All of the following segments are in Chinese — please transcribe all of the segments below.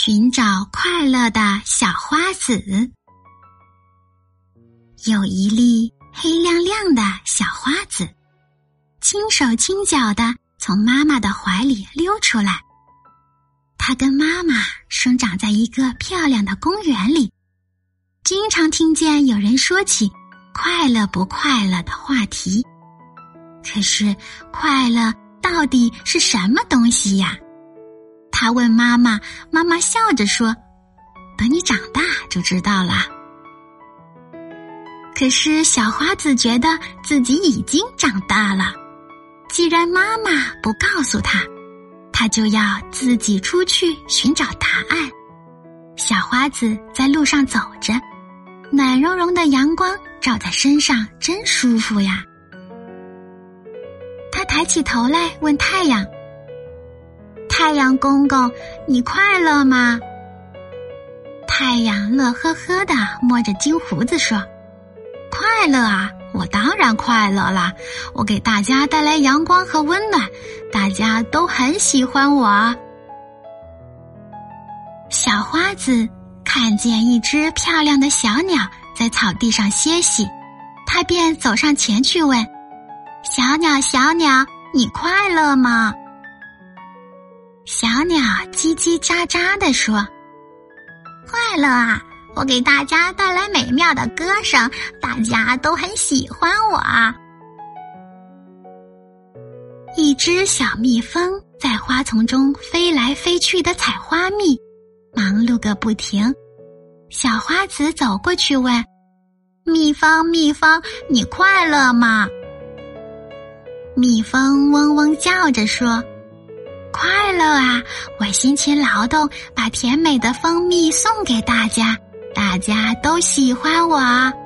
寻找快乐的小花籽。有一粒黑亮亮的小花籽，轻手轻脚地从妈妈的怀里溜出来。它跟妈妈生长在一个漂亮的公园里，经常听见有人说起快乐不快乐的话题。可是快乐到底是什么东西呀？他问妈妈，妈妈笑着说：“等你长大就知道了。”可是小花籽觉得自己已经长大了，既然妈妈不告诉他，他就要自己出去寻找答案。小花籽在路上走着，暖融融的阳光照在身上，真舒服呀。他抬起头来问太阳：“太阳公公，你快乐吗？”太阳乐呵呵地摸着金胡子说：“快乐啊，我当然快乐啦！我给大家带来阳光和温暖，大家都很喜欢我。”小花籽看见一只漂亮的小鸟在草地上歇息，它便走上前去问：“小鸟，小鸟，你快乐吗？”小鸟叽叽喳喳地说：“快乐啊，我给大家带来美妙的歌声，大家都很喜欢我。”一只小蜜蜂在花丛中飞来飞去的采花蜜，忙碌个不停。小花籽走过去问：“蜜蜂，蜜蜂，你快乐吗？”蜜蜂嗡嗡叫着说：“快乐啊，我辛勤劳动，把甜美的蜂蜜送给大家，大家都喜欢我。”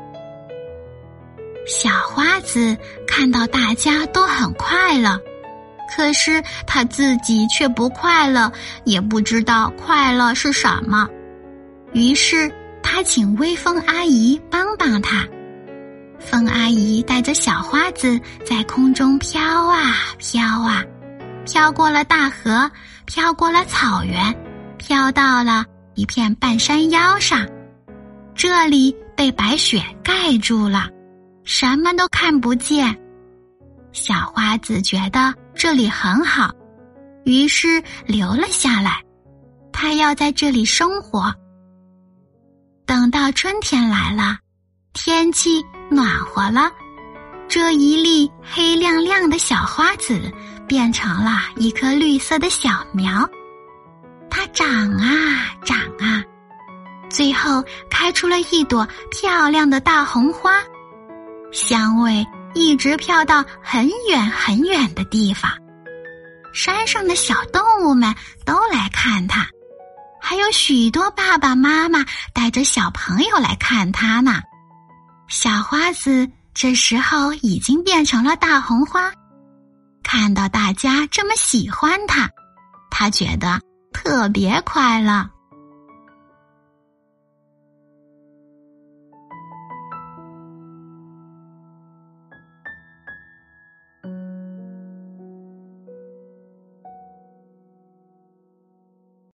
小花籽看到大家都很快乐，可是他自己却不快乐，也不知道快乐是什么。于是他请微风阿姨帮帮他。风阿姨带着小花籽在空中飘啊飘啊，飘过了大河，飘过了草原，飘到了一片半山腰上。这里被白雪盖住了，什么都看不见。小花籽觉得这里很好，于是留了下来。它要在这里生活。等到春天来了，天气暖和了，这一粒黑亮亮的小花籽变成了一棵绿色的小苗。它长啊长啊，最后开出了一朵漂亮的大红花，香味一直飘到很远很远的地方。山上的小动物们都来看它，还有许多爸爸妈妈带着小朋友来看它呢。小花籽这时候已经变成了大红花，看到大家这么喜欢它，它觉得特别快乐。